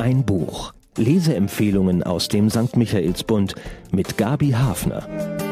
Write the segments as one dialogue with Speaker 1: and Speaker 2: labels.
Speaker 1: Ein Buch. Leseempfehlungen aus dem St. Michaelsbund mit Gabi Hafner.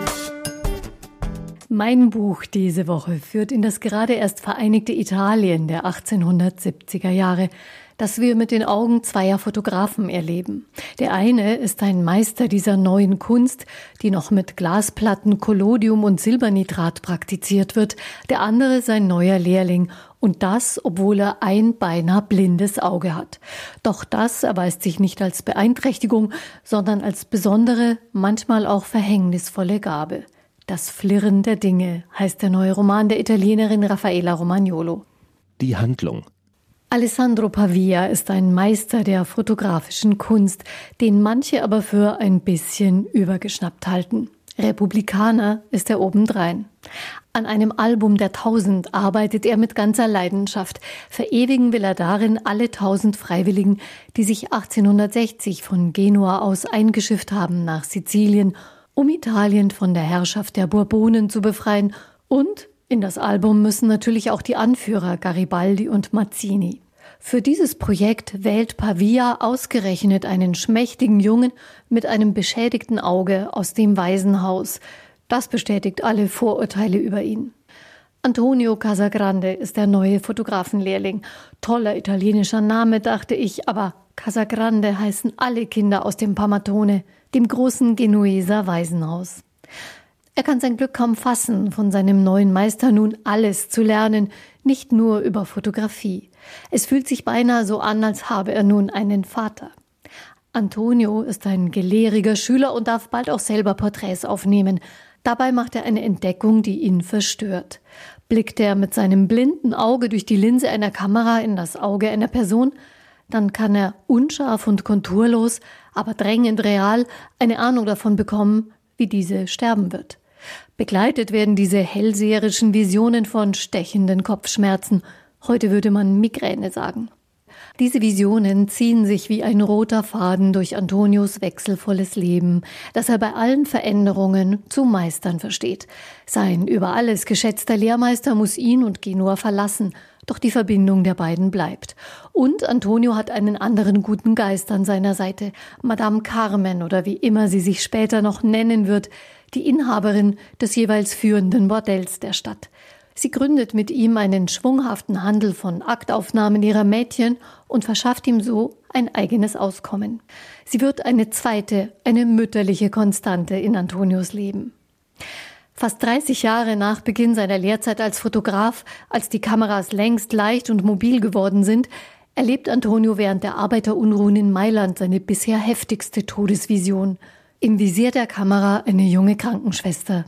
Speaker 2: Mein Buch diese Woche führt in das gerade erst vereinigte Italien der 1870er Jahre, das wir mit den Augen zweier Fotografen erleben. Der eine ist ein Meister dieser neuen Kunst, die noch mit Glasplatten, Collodium und Silbernitrat praktiziert wird. Der andere sein neuer Lehrling. Und das, obwohl er ein beinahe blindes Auge hat. Doch das erweist sich nicht als Beeinträchtigung, sondern als besondere, manchmal auch verhängnisvolle Gabe. Das Flirren der Dinge heißt der neue Roman der Italienerin Raffaella Romagnolo.
Speaker 1: Die Handlung.
Speaker 2: Alessandro Pavia ist ein Meister der fotografischen Kunst, den manche aber für ein bisschen übergeschnappt halten. Republikaner ist er obendrein. An einem Album der 1000 arbeitet er mit ganzer Leidenschaft. Verewigen will er darin alle 1000 Freiwilligen, die sich 1860 von Genua aus eingeschifft haben nach Sizilien, um Italien von der Herrschaft der Bourbonen zu befreien. Und in das Album müssen natürlich auch die Anführer Garibaldi und Mazzini. Für dieses Projekt wählt Pavia ausgerechnet einen schmächtigen Jungen mit einem beschädigten Auge aus dem Waisenhaus. Das bestätigt alle Vorurteile über ihn. Antonio Casagrande ist der neue Fotografenlehrling. Toller italienischer Name, dachte ich, aber Casagrande heißen alle Kinder aus dem Pamatone, dem großen Genueser Waisenhaus. Er kann sein Glück kaum fassen, von seinem neuen Meister nun alles zu lernen, nicht nur über Fotografie. Es fühlt sich beinahe so an, als habe er nun einen Vater. Antonio ist ein gelehriger Schüler und darf bald auch selber Porträts aufnehmen. Dabei macht er eine Entdeckung, die ihn verstört. Blickt er mit seinem blinden Auge durch die Linse einer Kamera in das Auge einer Person, dann kann er unscharf und konturlos, aber drängend real eine Ahnung davon bekommen, wie diese sterben wird. Begleitet werden diese hellseherischen Visionen von stechenden Kopfschmerzen. Heute würde man Migräne sagen. Diese Visionen ziehen sich wie ein roter Faden durch Antonios wechselvolles Leben, das er bei allen Veränderungen zu meistern versteht. Sein über alles geschätzter Lehrmeister muss ihn und Genua verlassen, doch die Verbindung der beiden bleibt. Und Antonio hat einen anderen guten Geist an seiner Seite, Madame Carmen oder wie immer sie sich später noch nennen wird, die Inhaberin des jeweils führenden Bordells der Stadt. Sie gründet mit ihm einen schwunghaften Handel von Aktaufnahmen ihrer Mädchen und verschafft ihm so ein eigenes Auskommen. Sie wird eine zweite, eine mütterliche Konstante in Antonios Leben. Fast 30 Jahre nach Beginn seiner Lehrzeit als Fotograf, als die Kameras längst leicht und mobil geworden sind, erlebt Antonio während der Arbeiterunruhen in Mailand seine bisher heftigste Todesvision. Im Visier der Kamera eine junge Krankenschwester.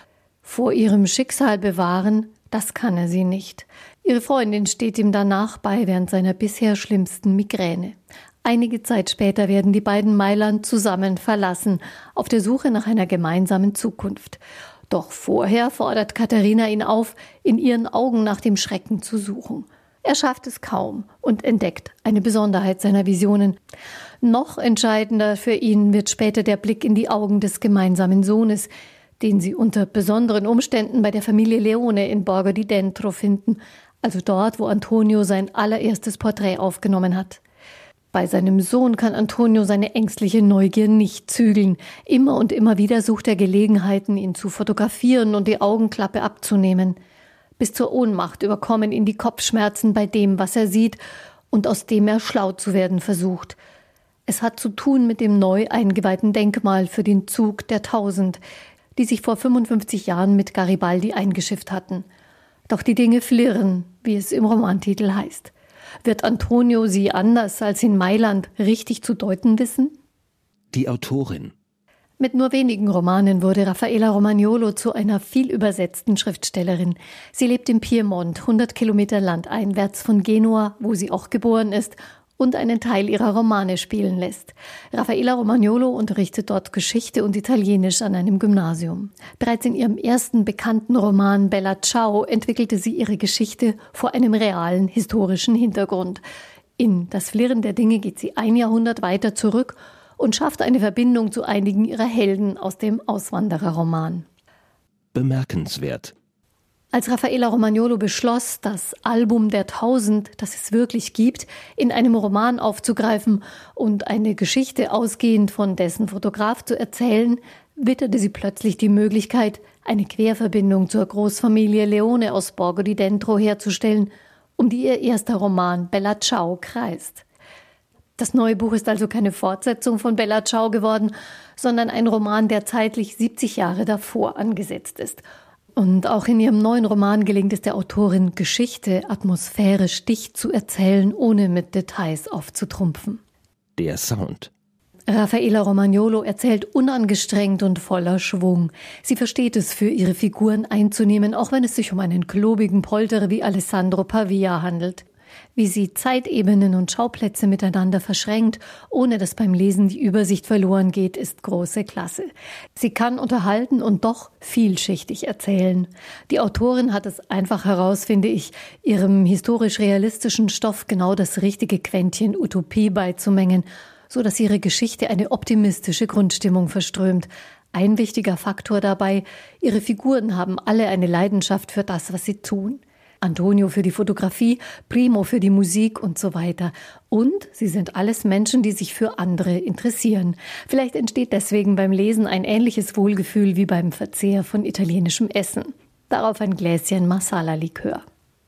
Speaker 2: Vor ihrem Schicksal bewahren, das kann er sie nicht. Ihre Freundin steht ihm danach bei während seiner bisher schlimmsten Migräne. Einige Zeit später werden die beiden Mailand zusammen verlassen, auf der Suche nach einer gemeinsamen Zukunft. Doch vorher fordert Katharina ihn auf, in ihren Augen nach dem Schrecken zu suchen. Er schafft es kaum und entdeckt eine Besonderheit seiner Visionen. Noch entscheidender für ihn wird später der Blick in die Augen des gemeinsamen Sohnes, den sie unter besonderen Umständen bei der Familie Leone in Borgo di Dentro finden, also dort, wo Antonio sein allererstes Porträt aufgenommen hat. Bei seinem Sohn kann Antonio seine ängstliche Neugier nicht zügeln. Immer und immer wieder sucht er Gelegenheiten, ihn zu fotografieren und die Augenklappe abzunehmen. Bis zur Ohnmacht überkommen ihn die Kopfschmerzen bei dem, was er sieht und aus dem er schlau zu werden versucht. Es hat zu tun mit dem neu eingeweihten Denkmal für den Zug der 1000, die sich vor 55 Jahren mit Garibaldi eingeschifft hatten. Doch die Dinge flirren, wie es im Romantitel heißt. Wird Antonio sie anders als in Mailand richtig zu deuten wissen?
Speaker 1: Die Autorin.
Speaker 2: Mit nur wenigen Romanen wurde Raffaella Romagnolo zu einer viel übersetzten Schriftstellerin. Sie lebt im Piemont, 100 Kilometer landeinwärts von Genua, wo sie auch geboren ist, und einen Teil ihrer Romane spielen lässt. Raffaella Romagnolo unterrichtet dort Geschichte und Italienisch an einem Gymnasium. Bereits in ihrem ersten bekannten Roman Bella Ciao entwickelte sie ihre Geschichte vor einem realen historischen Hintergrund. In Das Flirren der Dinge geht sie ein Jahrhundert weiter zurück und schafft eine Verbindung zu einigen ihrer Helden aus dem Auswandererroman.
Speaker 1: Bemerkenswert.
Speaker 2: Als Raffaella Romagnolo beschloss, das Album der 1000, das es wirklich gibt, in einem Roman aufzugreifen und eine Geschichte ausgehend von dessen Fotograf zu erzählen, witterte sie plötzlich die Möglichkeit, eine Querverbindung zur Großfamilie Leone aus Borgo di Dentro herzustellen, um die ihr erster Roman Bella Ciao kreist. Das neue Buch ist also keine Fortsetzung von Bella Ciao geworden, sondern ein Roman, der zeitlich 70 Jahre davor angesetzt ist. Und auch in ihrem neuen Roman gelingt es der Autorin, Geschichte atmosphärisch dicht zu erzählen, ohne mit Details aufzutrumpfen.
Speaker 1: Der Sound.
Speaker 2: Raffaella Romagnolo erzählt unangestrengt und voller Schwung. Sie versteht es, für ihre Figuren einzunehmen, auch wenn es sich um einen klobigen Polterer wie Alessandro Pavia handelt. Wie sie Zeitebenen und Schauplätze miteinander verschränkt, ohne dass beim Lesen die Übersicht verloren geht, ist große Klasse. Sie kann unterhalten und doch vielschichtig erzählen. Die Autorin hat es einfach heraus, finde ich, ihrem historisch-realistischen Stoff genau das richtige Quäntchen Utopie beizumengen, so dass ihre Geschichte eine optimistische Grundstimmung verströmt. Ein wichtiger Faktor dabei: ihre Figuren haben alle eine Leidenschaft für das, was sie tun. Antonio für die Fotografie, Primo für die Musik und so weiter. Und sie sind alles Menschen, die sich für andere interessieren. Vielleicht entsteht deswegen beim Lesen ein ähnliches Wohlgefühl wie beim Verzehr von italienischem Essen. Darauf ein Gläschen Marsala-Likör.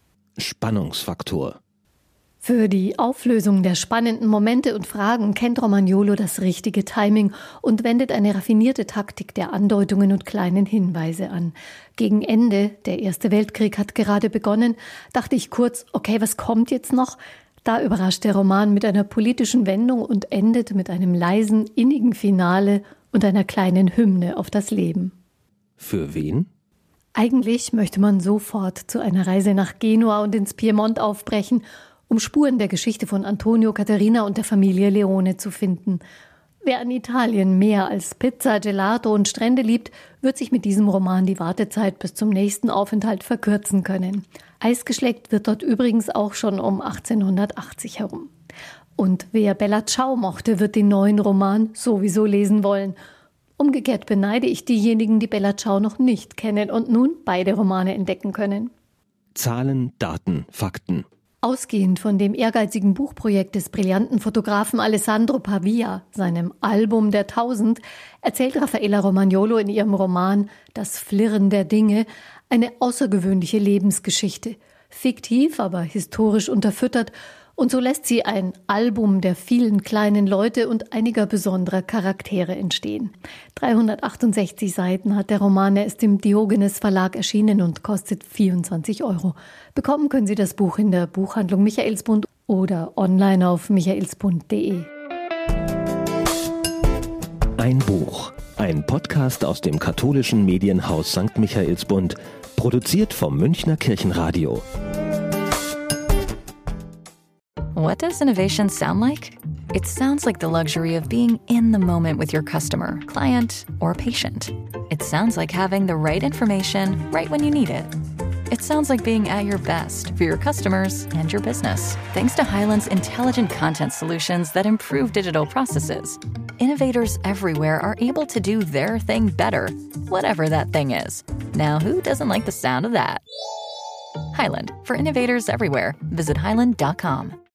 Speaker 1: Spannungsfaktor.
Speaker 2: Für die Auflösung der spannenden Momente und Fragen kennt Romagnolo das richtige Timing und wendet eine raffinierte Taktik der Andeutungen und kleinen Hinweise an. Gegen Ende, der Erste Weltkrieg hat gerade begonnen, dachte ich kurz, okay, was kommt jetzt noch? Da überrascht der Roman mit einer politischen Wendung und endet mit einem leisen, innigen Finale und einer kleinen Hymne auf das Leben.
Speaker 1: Für wen?
Speaker 2: Eigentlich möchte man sofort zu einer Reise nach Genua und ins Piemont aufbrechen, um Spuren der Geschichte von Antonio, Caterina und der Familie Leone zu finden. Wer an Italien mehr als Pizza, Gelato und Strände liebt, wird sich mit diesem Roman die Wartezeit bis zum nächsten Aufenthalt verkürzen können. Eisgeschleckt wird dort übrigens auch schon um 1880 herum. Und wer Bella Ciao mochte, wird den neuen Roman sowieso lesen wollen. Umgekehrt beneide ich diejenigen, die Bella Ciao noch nicht kennen und nun beide Romane entdecken können.
Speaker 1: Zahlen, Daten, Fakten.
Speaker 2: Ausgehend von dem ehrgeizigen Buchprojekt des brillanten Fotografen Alessandro Pavia, seinem Album der 1000, erzählt Raffaella Romagnolo in ihrem Roman Das Flirren der Dinge eine außergewöhnliche Lebensgeschichte. Fiktiv, aber historisch unterfüttert. Und so lässt sie ein Album der vielen kleinen Leute und einiger besonderer Charaktere entstehen. 368 Seiten hat der Roman, er ist im Diogenes Verlag erschienen und kostet 24 €. Bekommen können Sie das Buch in der Buchhandlung Michaelsbund oder online auf michaelsbund.de.
Speaker 1: Ein Buch, ein Podcast aus dem katholischen Medienhaus St. Michaelsbund, produziert vom Münchner Kirchenradio.
Speaker 3: What does innovation sound like? It sounds like the luxury of being in the moment with your customer, client, or patient. It sounds like having the right information right when you need it. It sounds like being at your best for your customers and your business. Thanks to Hyland's intelligent content solutions that improve digital processes, innovators everywhere are able to do their thing better, whatever that thing is. Now, who doesn't like the sound of that? Hyland, for innovators everywhere. Visit hyland.com.